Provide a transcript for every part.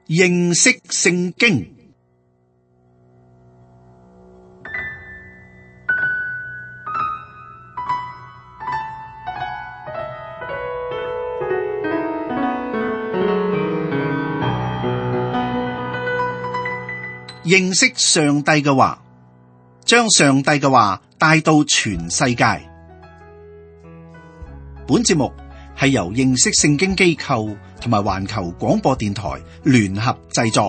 認識聖經。認識上帝嘅話，將上帝嘅話帶到全世界。本節目係由認識聖經機構同埋環球廣播電台聯合製作。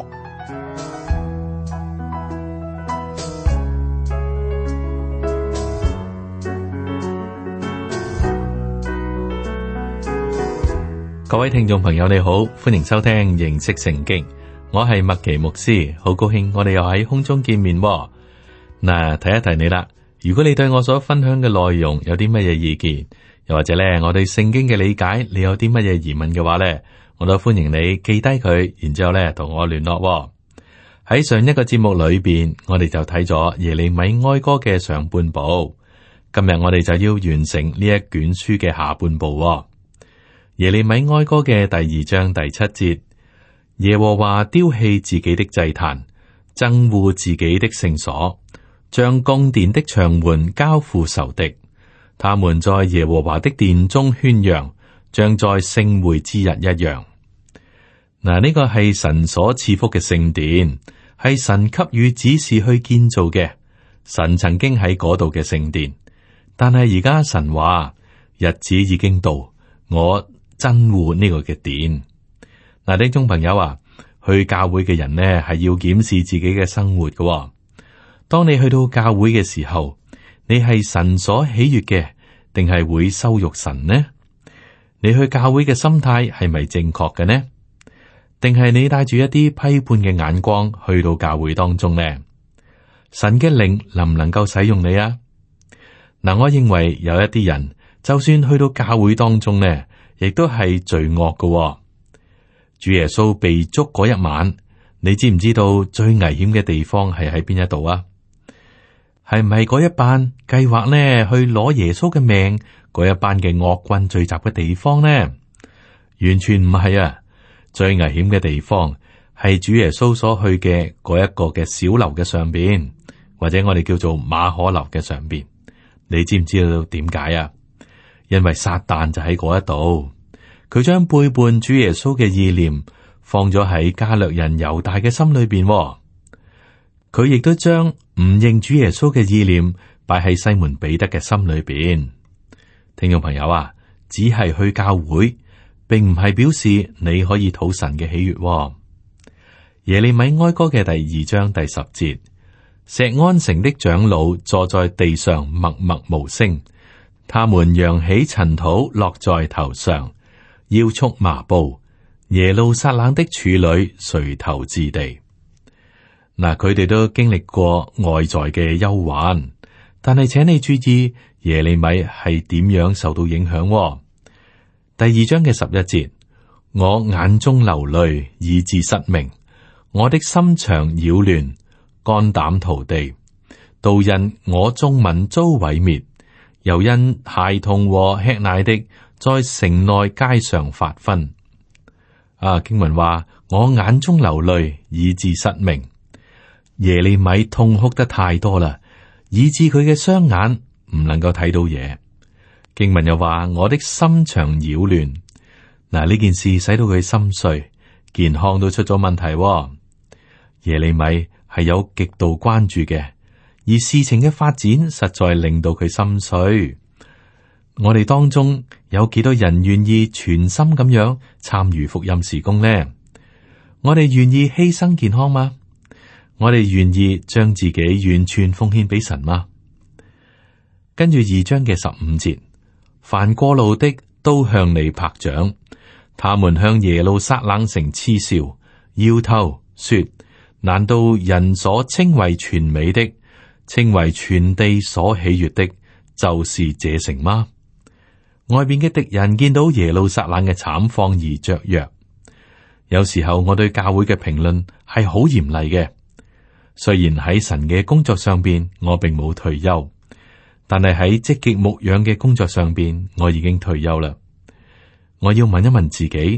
各位聽眾朋友你好，歡迎收聽認識聖經，我係麥奇牧師，好高興我哋又喺空中見面。嗱，提一提你啦，如果你對我所分享嘅內容有啲乜嘢意見，又或者咧我對聖經嘅理解，你有啲乜嘢疑問嘅話咧，我都歡迎你記低佢，然之後咧同我聯絡。喺上一個節目裏邊，我哋就睇咗耶利米哀歌嘅上半部，今日我哋就要完成呢一卷書嘅下半部。耶利米哀歌嘅第2章第7節，耶和華丟棄自己的祭壇，憎惡自己的聖所，將宮殿的牆門交付仇敵。他們在耶和華的殿中喧嚷，像在聖會之日一樣。嗱，呢個係神所賜福嘅聖殿，係神給予指示去建造嘅。神曾經喺嗰度嘅聖殿，但係而家神話日子已經到，我憎惡呢個嘅殿。嗱，聽眾朋友啊，去教會嘅人呢係要檢視自己嘅生活嘅。當你去到教會嘅時候，你係神所喜悅嘅，定係會羞辱神呢？你去教會嘅心態係咪正確嘅呢？定係你帶住一啲批判嘅眼光去到教會當中呢？神嘅靈能唔能夠使用你啊？嗱，我認為有一啲人，就算去到教會當中呢，亦都係罪惡嘅。主耶穌被捉嗰一晚，你知唔知道最危險嘅地方係喺邊一度啊？係唔係嗰一班計劃呢去攞耶穌嘅命嗰一班嘅惡棍聚集嘅地方呢？完全唔係啊！最危險嘅地方係主耶穌所去嘅嗰一個嘅小樓嘅上邊，或者我哋叫做馬可樓嘅上邊。你知唔知道點解啊？因為撒旦就喺嗰一度，佢將背叛主耶穌嘅意念放咗喺加略人猶大嘅心裏邊。佢亦都將唔認主耶穌嘅意念擺喺西門彼得嘅心裏邊。聽眾朋友啊，只係去教會，並唔係表示你可以討神嘅喜悅。耶利米哀歌嘅第2章第10節，錫安城的長老坐在地上默默無聲，他們揚起塵土落在頭上，腰束麻布，耶路撒冷的處女垂頭置地。嗱，佢哋都經歷過外在嘅憂患，但係請你注意耶利米係點樣受到影響。第2章嘅11節，我眼中流淚，以致失明，我的心腸擾亂，肝膽塗地，都因我眾民遭毀滅，又因孩童和吃奶的在城內街上發昏。經文話我眼中流淚，以致失明。耶利米痛哭得太多啦，以致佢嘅雙眼唔能夠睇到嘢。經文又話我的心腸擾亂。嗱，呢件事使到佢心碎，健康都出咗問題。耶利米係有極度關注嘅，而事情嘅發展實在令到佢心碎。我哋當中有幾多人願意全心咁樣參與福音事工呢？我哋願意犧牲健康嗎？我哋願意將自己完全奉獻俾神嗎？跟住2章嘅15節，凡過路的都向你拍掌，他們向耶路撒冷城嗤笑，搖頭說：難道人所稱為全美的，稱為全地所喜悅的，就是這城嗎？外邊嘅敵人見到耶路撒冷嘅慘況而雀躍。有時候我對教會嘅評論係好嚴厲嘅。雖然喺神嘅工作上邊，我並冇退休，但係喺積極牧養嘅工作上邊，我已經退休啦。我要問一問自己，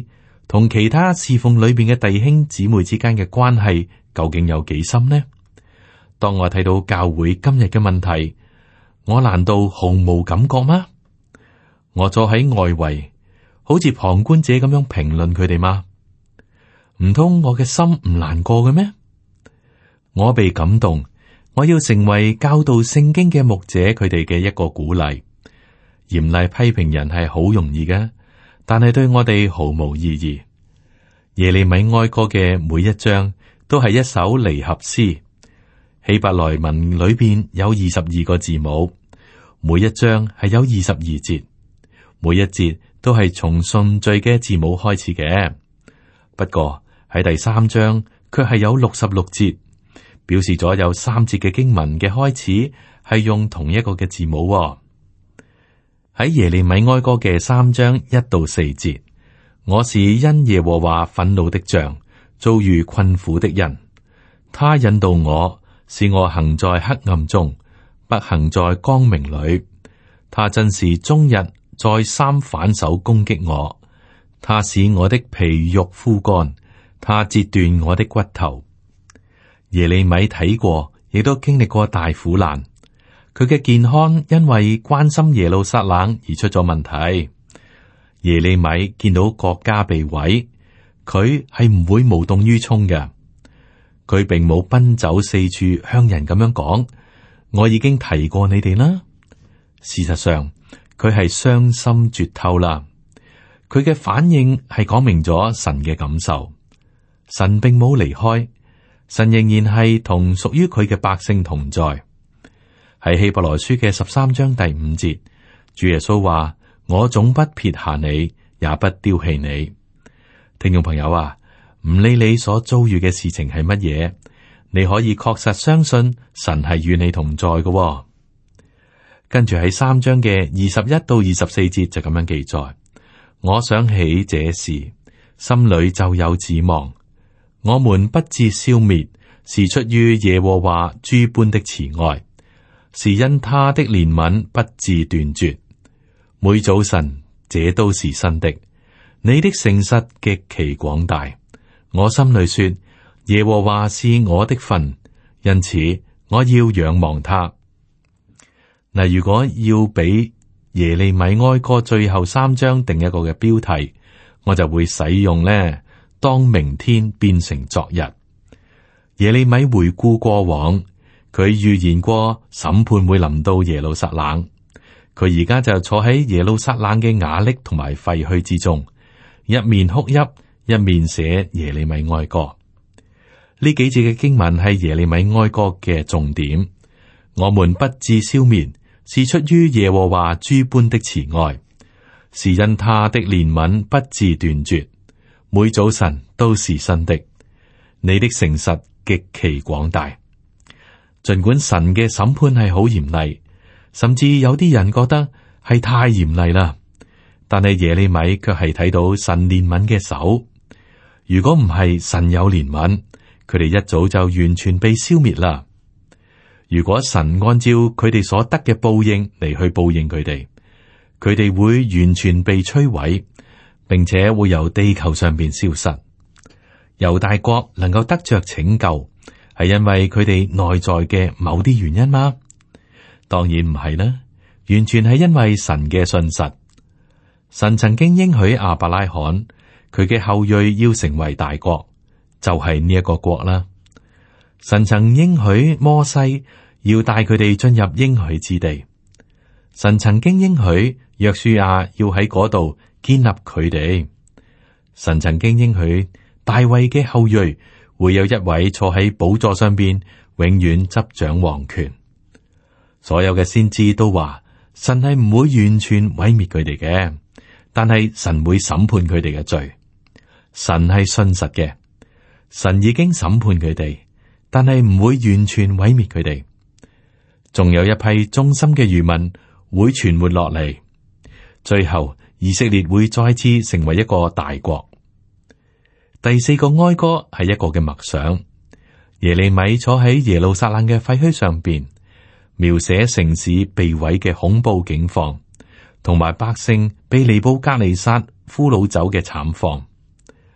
同其他侍奉裏邊嘅弟兄姊妹之間嘅關係究竟有幾深呢？當我睇到教會今日嘅問題，我難道毫無感覺嗎？我坐喺外圍，好似旁觀者咁樣評論佢哋嗎？唔通我嘅心唔難過嘅咩？我被感動，我要成為教導聖經嘅牧者，佢哋嘅一個鼓勵。嚴厲批評人係好容易嘅，但係對我哋毫無意義。耶利米哀歌嘅每一章都係一首離合詩，希伯來文裏邊有22個字母，每一章係有22節，每一節都係從順序嘅字母開始嘅。不過喺第3章卻係有66節，表示咗有3節嘅經文嘅開始係用同一個嘅字母。喺耶利米哀歌嘅3章1到4節，我是因耶和華憤怒的杖，遭遇困苦的人。他引導我，使我行在黑暗中，不行在光明裏。他真是終日再三反手攻擊我。他使我的皮肉枯乾，他折斷我的骨頭。耶利米睇過，亦都經歷過大苦難。佢嘅健康因為關心耶路撒冷而出咗問題。耶利米見到國家被毀，佢係唔會無動於衷嘅。佢並冇奔走四處向人咁樣講，我已經提過你哋啦。事實上，佢係傷心絕透啦。佢嘅反應係講明咗神嘅感受。神並冇離開，神仍然係同屬於佢嘅百姓同在。喺希伯來書嘅13章第5節，主耶穌話：我總不撇下你，也不丟棄你。聽眾朋友啊，唔理你所遭遇嘅事情係乜嘢，你可以確實相信神係與你同在嘅。跟住喺3章嘅21到24節就咁樣記載：我想起這事，心裏就有指望。我們不致消滅，是出於耶和華諸般的慈愛，是因他的憐憫不致斷絕。每早晨，這都是新的。你的誠實極其廣大。我心裏說：耶和華是我的份，因此我要仰望他。嗱，如果要俾耶利米哀歌最後3章定一個嘅標題，我就會使用呢：當明天變成昨日。耶利米回顧過往，佢預言過審判會臨到耶路撒冷。佢而家就坐喺耶路撒冷嘅瓦礫同埋廢墟之中，一面哭泣，一面寫耶利米哀歌。呢幾節嘅經文係耶利米哀歌嘅重點。我們不致消滅，是出於耶和華諸般的慈愛，是因他的憐憫不致斷絕。每早晨都是新的。你的誠實極其廣大。盡管神嘅審判係好嚴厲，甚至有啲人覺得係太嚴厲啦，但係耶利米卻係睇到神憐憫嘅手。如果唔係神有憐憫，佢哋一早就完全被消滅啦。如果神按照佢哋所得嘅報應嚟去報應佢哋，佢哋會完全被摧毀，並且會由地球上邊消失。猶大國能夠得着拯救，係因為佢哋內在嘅某啲原因嗎？當然唔係啦，完全係因為神嘅信實。神曾經應許亞伯拉罕，佢嘅後裔要成為大國，就係呢一個國啦。神曾應許摩西要帶佢哋進入應許之地。神曾經應許約書亞要喺嗰度建立佢哋。神曾經應許大衛嘅後裔會有一位坐喺寶座上邊，永遠執掌王權。所有嘅先知都話，神係唔會完全毀滅佢哋嘅，但係神會審判佢哋嘅罪。神係信實嘅，神已經審判佢哋，但係唔會完全毀滅佢哋。仲有一批忠心嘅餘民會存活落嚟，最後以色列會再次成為一個大國。第4個哀歌係一個嘅默想。耶利米坐喺耶路撒冷嘅廢墟上邊，描寫城市被毀嘅恐怖境況，同埋百姓被尼布甲尼撒俘虜走嘅慘況。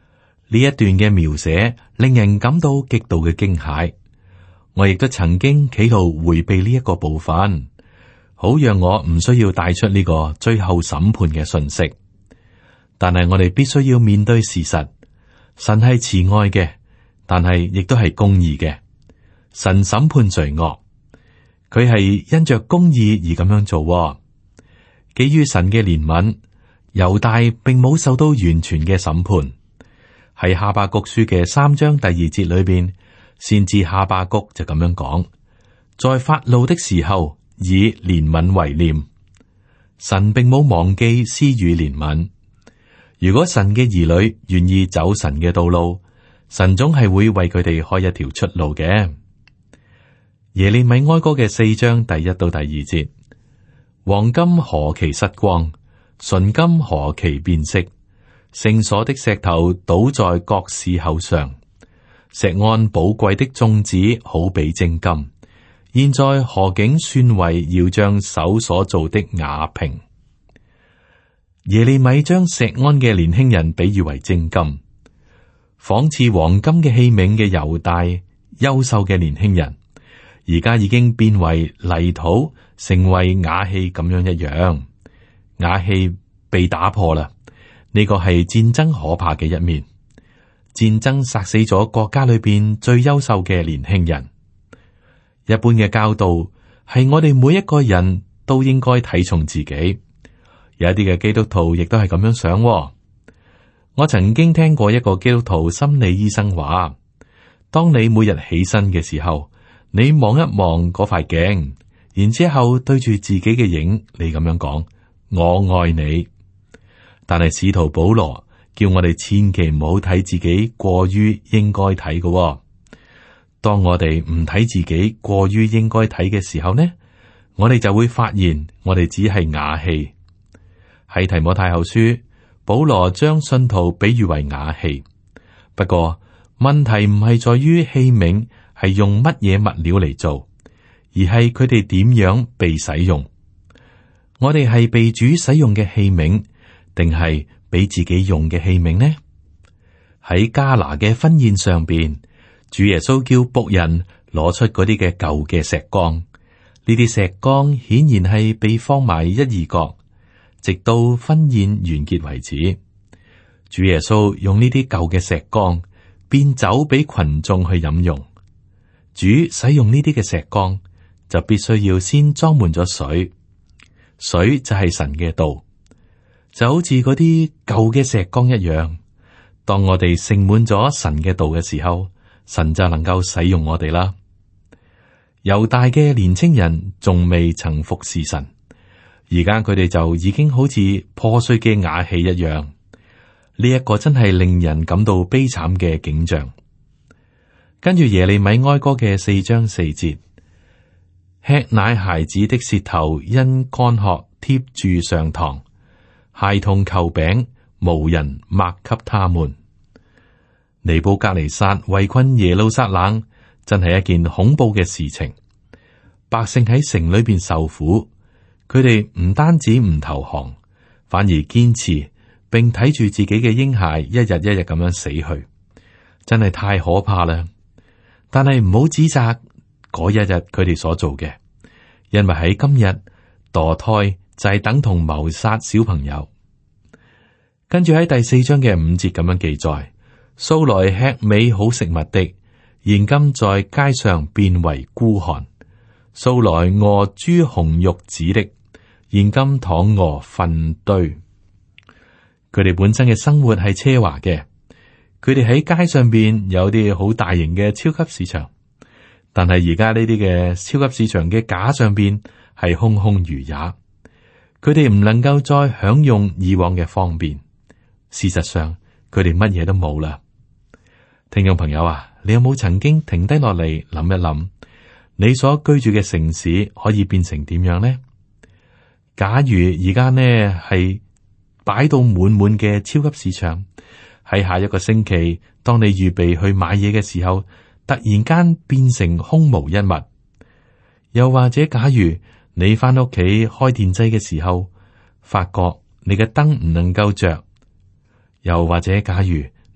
呢一段嘅描寫令人感到極度嘅驚駭。我亦都曾經企圖回避呢一個部分，好讓我唔需要帶出呢個最後審判嘅信息。但係我哋必須要面對事實，神係慈愛嘅，但係亦都係公義嘅。神審判罪惡，佢係因着公義而咁樣做。基於神嘅憐憫，猶大並冇受到完全嘅審判。喺哈巴谷書嘅3章第2節裏邊，先知哈巴谷就咁樣講：在發怒的時候，以憐憫為念。神並冇忘記施予憐憫。如果神嘅兒女願意走神嘅道路，神總係會為佢哋開一條出路嘅。耶利米哀歌嘅4章第1到第2節：黃金何其失光，純金何其變色，聖所的石頭倒在各市口上，石安寶貴的眾子好比精金，現在何竟算為要將手所做的瓦瓶。耶利米將石安嘅年輕人比喻為精金，仿似黃金嘅器皿嘅猶大優秀嘅年輕人，而家已經變為泥土，成為瓦器咁樣一樣。瓦器被打破啦，呢個係戰爭可怕嘅一面。戰爭殺死咗國家裏邊最優秀嘅年輕人。一般嘅教導係我哋每一個人都應該睇重自己。有一啲嘅基督徒亦都係咁樣想。我曾經聽過一個基督徒心理醫生話：當你每日起身嘅時候，你望一望嗰塊鏡，然之後對住自己嘅影，你咁樣講：我愛你。但係使徒保羅叫我哋千祈唔好睇自己過於應該睇嘅。當我哋唔睇自己過於應該睇嘅時候呢，我哋就會發現我哋只係瓦器。喺提摩太後書，保羅將信徒比喻為瓦器。不過問題唔係在於器皿係用乜嘢物料嚟做，而係佢哋點樣被使用。我哋係被主使用嘅器皿，定係俾自己用嘅器皿呢？喺迦拿嘅婚宴上邊，主耶穌叫僕人攞出嗰啲嘅舊嘅石缸，呢啲石缸顯然係被放埋一二角，直到婚宴完結為止。主耶穌用呢啲舊嘅石缸變酒俾群眾去飲用。主使用呢啲嘅石缸，就必須要先裝滿咗水，水就係神嘅道，就好似嗰啲舊嘅石缸一樣。當我哋盛滿咗神嘅道嘅時候，神就能夠使用我哋啦。猶大嘅年青人仲未曾服侍神，而家佢哋就已經好似破碎嘅瓦器一樣。呢一個真係令人感到悲慘嘅景象。跟住耶利米哀歌嘅4章4節，吃奶孩子的舌頭因乾渴貼住上膛，孩童求餅，無人擘給他們。尼布甲尼撒圍困耶路撒冷，真係一件恐怖嘅事情。百姓喺城裏邊受苦，佢哋唔單止唔投降，反而堅持，並睇住自己嘅嬰孩一日一日咁樣死去，真係太可怕啦！但係唔好指責嗰一日佢哋所做嘅，因為喺今日墮胎就係等同謀殺小朋友。跟住喺第4章嘅5節咁樣記載：素來吃美好食物的，現今在街上變為孤寒；素來餓豬紅肉子的，現今躺臥糞堆。佢哋本身嘅生活係奢華嘅。佢哋喺街上邊有啲好大型嘅超級市場，但係而家呢啲嘅超級市場嘅架上邊係空空如也。佢哋唔能夠再享用以往嘅方便。事實上，佢哋乜嘢都冇啦。聽眾朋友啊，你有冇曾經停低落嚟諗一諗，你所居住嘅城市可以變成點樣呢？假如而家呢係擺到滿滿嘅超級市場，喺下一個星期，當你預備去買嘢嘅時候，突然間變成空無一物。又或者，假如你翻屋企開電掣嘅時候，發覺你嘅燈唔能夠着。又或者，假如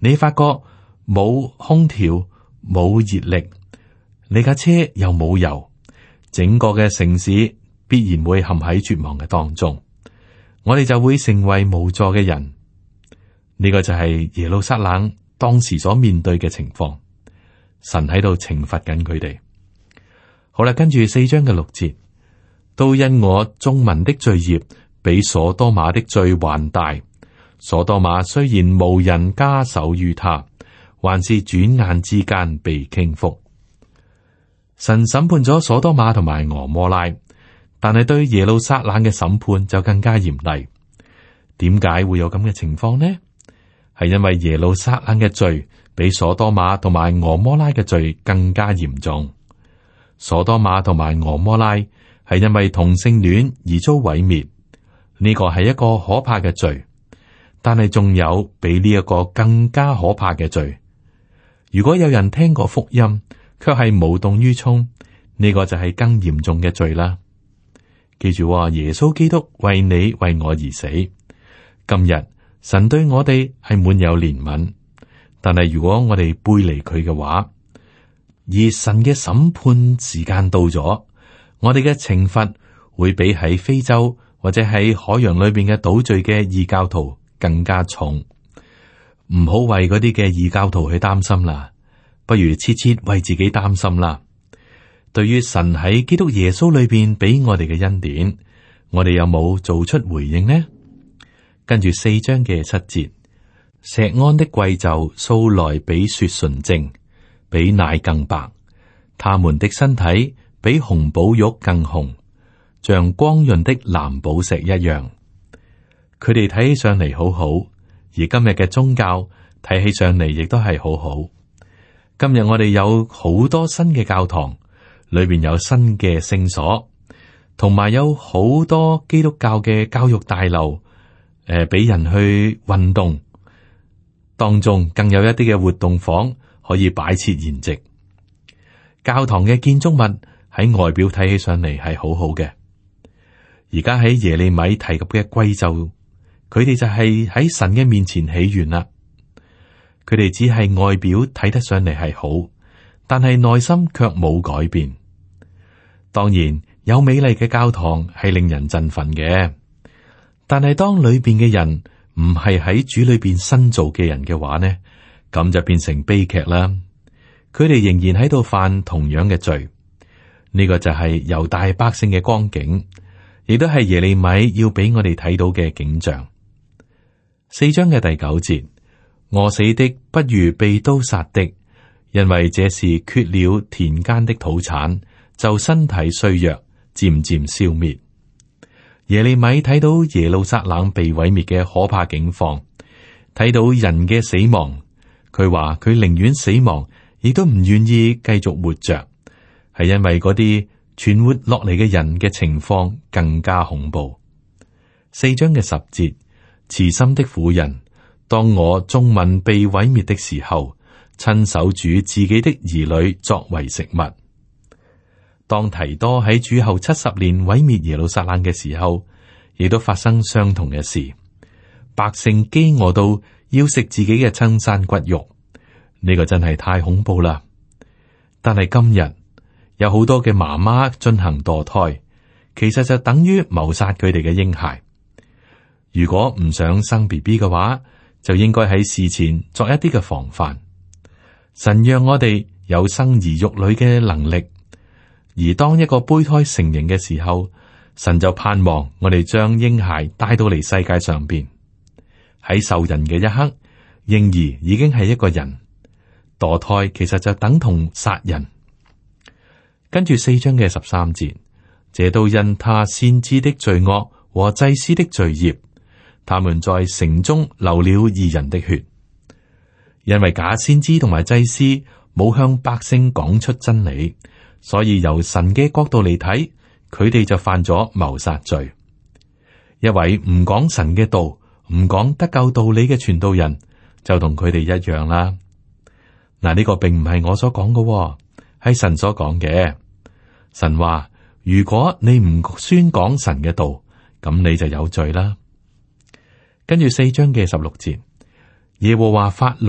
你發覺冇空調、冇熱力，你架車又冇油，整個嘅城市必然會陷喺絕望嘅當中。我哋就會成為無助嘅人。呢個就係耶路撒冷當時所面對嘅情況。神喺度懲罰緊佢哋。好啦，跟住4章嘅6節，都因我眾民的罪孽比所多瑪的罪還大。所多瑪雖然無人加手於他，還是轉眼之間被傾覆。神審判咗所多瑪同埋俄摩拉，但係對耶路撒冷嘅審判就更加嚴厲。點解會有咁嘅情況呢？係因為耶路撒冷嘅罪比所多瑪同埋俄摩拉嘅罪更加嚴重。所多瑪同埋俄摩拉係因為同性戀而遭毀滅，呢個係一個可怕嘅罪。但係仲有比呢一個更加可怕嘅罪。如果有人聽過福音，卻係無動於衷，呢個就係更嚴重嘅罪啦。記住話，耶穌基督為你為我而死。今日神對我哋係滿有憐憫，但係如果我哋背離佢嘅話，而神嘅審判時間到咗，我哋嘅懲罰會比喺非洲或者喺海洋裏邊嘅島嶼嘅異教徒更加重。唔好為嗰啲嘅異教徒去擔心啦，不如切切為自己擔心啦。對於神喺基督耶穌裏邊俾我哋嘅恩典，我哋有冇做出回應呢？跟住4章嘅7節，錫安的貴冑素來比雪純淨，比奶更白，他們的身體比紅寶玉更紅，像光潤的藍寶石一樣。佢哋睇起上嚟好好，而今日嘅宗教睇起上嚟亦都係好好。今日我哋有好多新嘅教堂，裏邊有新嘅聖所，同埋有好多基督教嘅教育大樓，俾人去運動。當中更有一啲嘅活動房可以擺設筵席。教堂嘅建築物喺外表睇起上嚟係好好嘅。而家喺耶利米提及嘅貴冑，佢哋就係喺神嘅面前起源啦。佢哋只係外表睇得上嚟係好，但係內心卻冇改變。當然有美麗嘅教堂係令人振奮嘅，但係當裏邊嘅人唔係喺主裏邊新造嘅人嘅話呢，咁就變成悲劇啦。佢哋仍然喺度犯同樣嘅罪。呢個就係猶大百姓嘅光景，亦都係耶利米要俾我哋睇到嘅景象。4章嘅第9節，餓死的不如被刀殺的，因為這是缺了田間的土產，就身體衰弱，漸漸消滅。耶利米睇到耶路撒冷被毀滅嘅可怕境況，睇到人嘅死亡，佢話佢寧願死亡，亦都唔願意繼續活着，係因為嗰啲存活落嚟嘅人嘅情況更加恐怖。4章嘅10節，慈心的婦人，當我眾民被毀滅的時候，親手煮自己的兒女作為食物。當提多喺主後70年毀滅耶路撒冷嘅時候，亦都發生相同嘅事。百姓飢餓到要食自己嘅親生骨肉，呢個真係太恐怖啦。但係今日有好多嘅媽媽進行墮胎，其實就等於謀殺佢哋嘅嬰孩。如果唔想生 BB 嘅話，就應該喺事前作一啲嘅防範。神讓我哋有生兒育女嘅能力，而當一個胚胎成形嘅時候，神就盼望我哋將嬰孩帶到嚟世界上邊。喺受孕嘅一刻，嬰兒已經係一個人。墮胎其實就等同殺人。跟住4章嘅13節，這都因他先知的罪惡和祭司的罪孽，他們在城中流了義人的血。因為假先知同埋祭司冇向百姓講出真理，所以由神嘅角度嚟睇，佢哋就犯咗謀殺罪。一位唔講神嘅道、唔講得救道理嘅傳道人，就同佢哋一樣啦。嗱，呢個並唔係我所講嘅，係神所講嘅。神話，如果你唔宣講神嘅道，咁你就有罪啦。跟住4章嘅16節，耶和華發怒，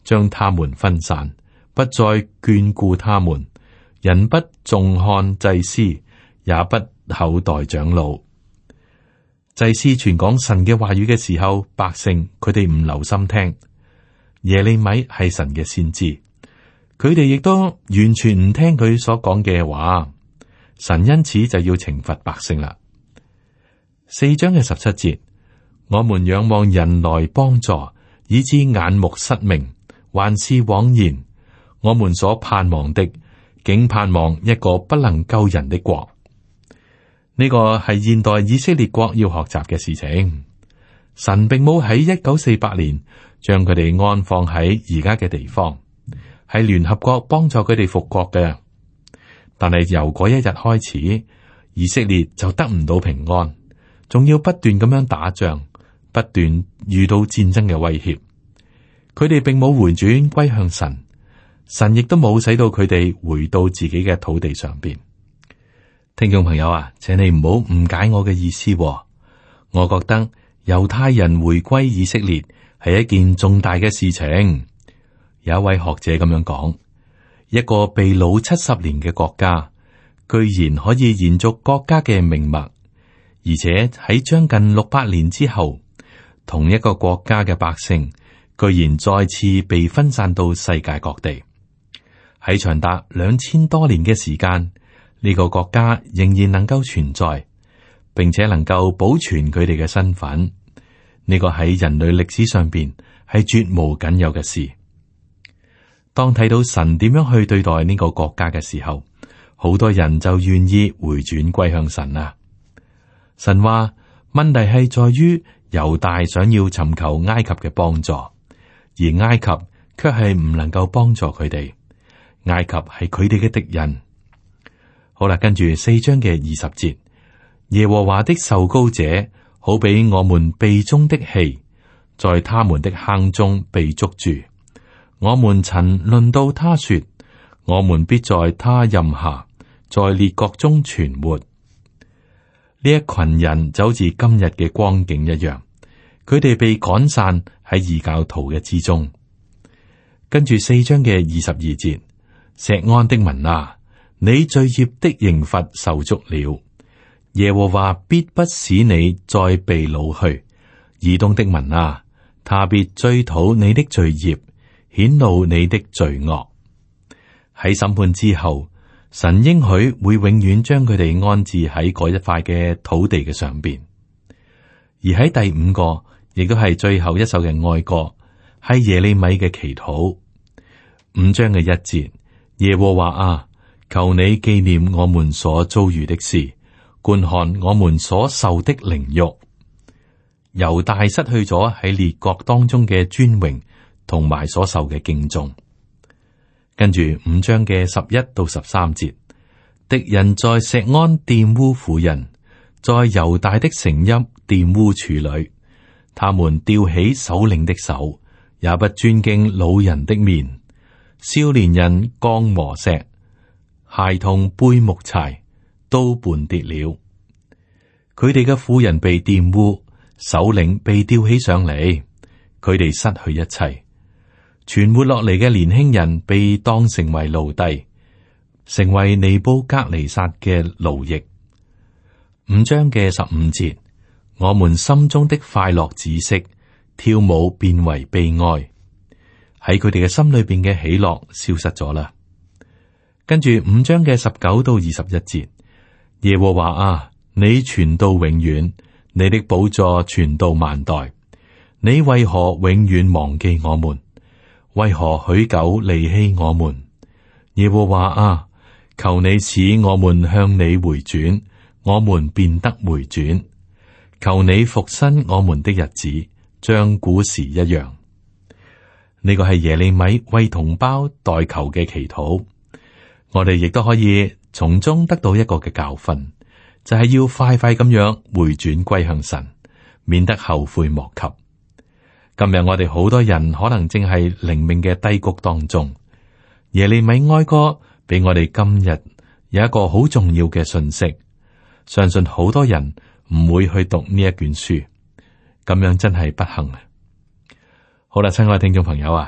將他們分散，不再眷顧他們。人不重看祭司，也不厚待長老。祭司傳講神嘅話語嘅時候，百姓佢哋唔留心聽。耶利米係神嘅先知，佢哋亦都完全唔聽佢所講嘅話。神因此就要懲罰百姓啦。4章嘅17節，我們仰望人來幫助，以致眼目失明，還是枉然。我們所盼望的，竟盼望一個不能救人的國。呢個係現代以色列國要學習嘅事情。神並冇喺1948年將佢哋安放喺而家嘅地方，係聯合國幫助佢哋復國嘅。但係由嗰一日開始，以色列就得唔到平安，仲要不斷咁樣打仗，不斷遇到戰爭嘅威脅。佢哋並冇回轉歸向神，神亦都冇使到佢哋回到自己嘅土地上邊。聽眾朋友啊，請你唔好誤解我嘅意思。我覺得猶太人回歸以色列係一件重大嘅事情。有一位學者咁樣講。一個被擄70年嘅國家，居然可以延續國家嘅命脈，而且喺將近600年之後，同一個國家嘅百姓，居然再次被分散到世界各地。喺長達2000多年嘅時間，呢個國家仍然能夠存在，並且能夠保存佢哋嘅身份。呢個喺人類歷史上邊係絕無僅有嘅事。當睇到神點樣去對待呢個國家嘅時候，好多人就願意回轉歸向神啊。神話問題係在於猶大想要尋求埃及嘅幫助，而埃及卻係唔能夠幫助佢哋。埃及係佢哋嘅敵人。好啦，跟住4章嘅20節，耶和華的受膏者好比我們鼻中的氣，在他們的坑中被捉住。我們曾論到他說，我們必在他蔭下，在列國中存活。呢一群人就好似今日嘅光景一樣，佢哋被趕散喺異教徒嘅之中。跟住4章嘅22節，錫安的民啊，你罪孽的刑罰受足了，耶和華必不使你再被擄去。以東的民啊，他必追討你的罪孽，顯露你的罪惡。喺審判之後，神應許會永遠將佢哋安置喺嗰一塊嘅土地嘅上邊。而喺第5個，亦都係最後一首嘅哀歌，係耶利米嘅祈禱。5章嘅1節，耶和華啊，求你紀念我們所遭遇的事，觀看我們所受的凌辱。猶大失去咗喺列國當中嘅尊榮，同埋所受嘅敬重。跟住5章嘅11到13節，敵人在錫安玷污婦人，在猶大的城邑玷污處女。他們吊起首領的手，也不尊敬老人的面。少年人扛磨石，孩童背木柴，都絆跌了。佢哋嘅婦人被玷污，首領被吊起上嚟，佢哋失去一切。存活落嚟嘅年輕人被當成為奴隸，成為尼布甲尼撒嘅奴役。5章嘅15節，我們心中的快樂止息，跳舞變為悲哀。喺佢哋嘅心裏邊嘅喜樂消失咗啦。跟住5章嘅19到21節，耶和華啊，你存到永遠，你的寶座存到萬代。你為何永遠忘記我們？為何許久離棄我們？耶和華啊，求你使我們向你回轉，我們便得回轉。求你復新我們的日子，像古時一樣。呢個係耶利米為同胞代求嘅祈禱。我哋亦都可以從中得到一個嘅教訓，就係要快快咁樣回轉歸向神，免得後悔莫及。今日我哋好多人可能正係靈命嘅低谷當中。耶利米哀歌俾我哋今日有一個好重要嘅信息，相信好多人唔會去讀呢一卷書，咁樣真係不幸啊！好啦，親愛嘅聽眾朋友啊，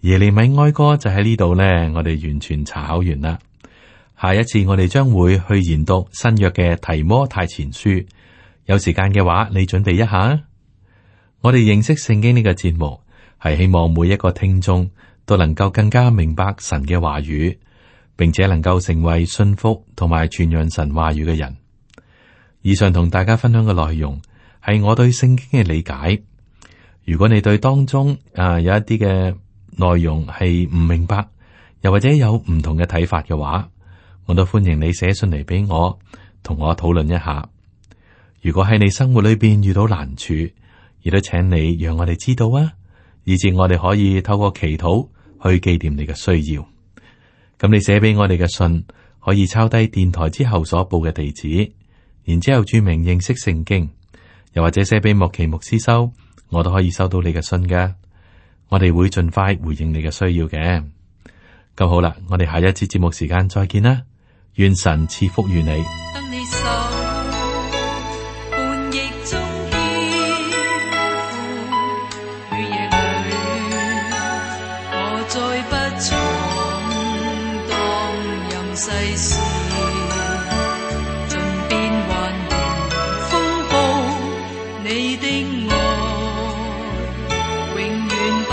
耶利米哀歌就喺呢度呢，我哋完全查考完啦。下一次我哋將會去研讀新約嘅提摩太前書，有時間嘅話，你準備一下。我哋認識聖經呢個節目，係希望每一個聽眾都能夠更加明白神嘅話語，並且能夠成為信服同埋傳揚神話語嘅人。以上同大家分享嘅內容係我對聖經嘅理解。如果你對當中有一啲嘅內容係唔明白，又或者有唔同嘅睇法嘅話，我都歡迎你寫信嚟俾我，同我討論一下。如果喺你生活裏邊遇到難處，亦都請你讓我哋知道啊，以至我哋可以透過祈禱去紀念你嘅需要。咁你寫俾我哋嘅信，可以抄低電台之後所報嘅地址，然之後注明認識聖經，又或者寫俾莫奇牧師收，我都可以收到你嘅信㗎。我哋會盡快回應你嘅需要嘅。咁好啦，我哋下一次節目時間再見啦。願神賜福於你。 當你手半逆中牽負，雨夜裏我再不闖蕩任世事，盡變幻變風暴，你的愛永遠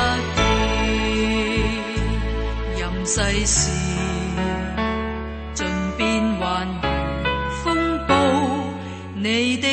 不變，任世事你的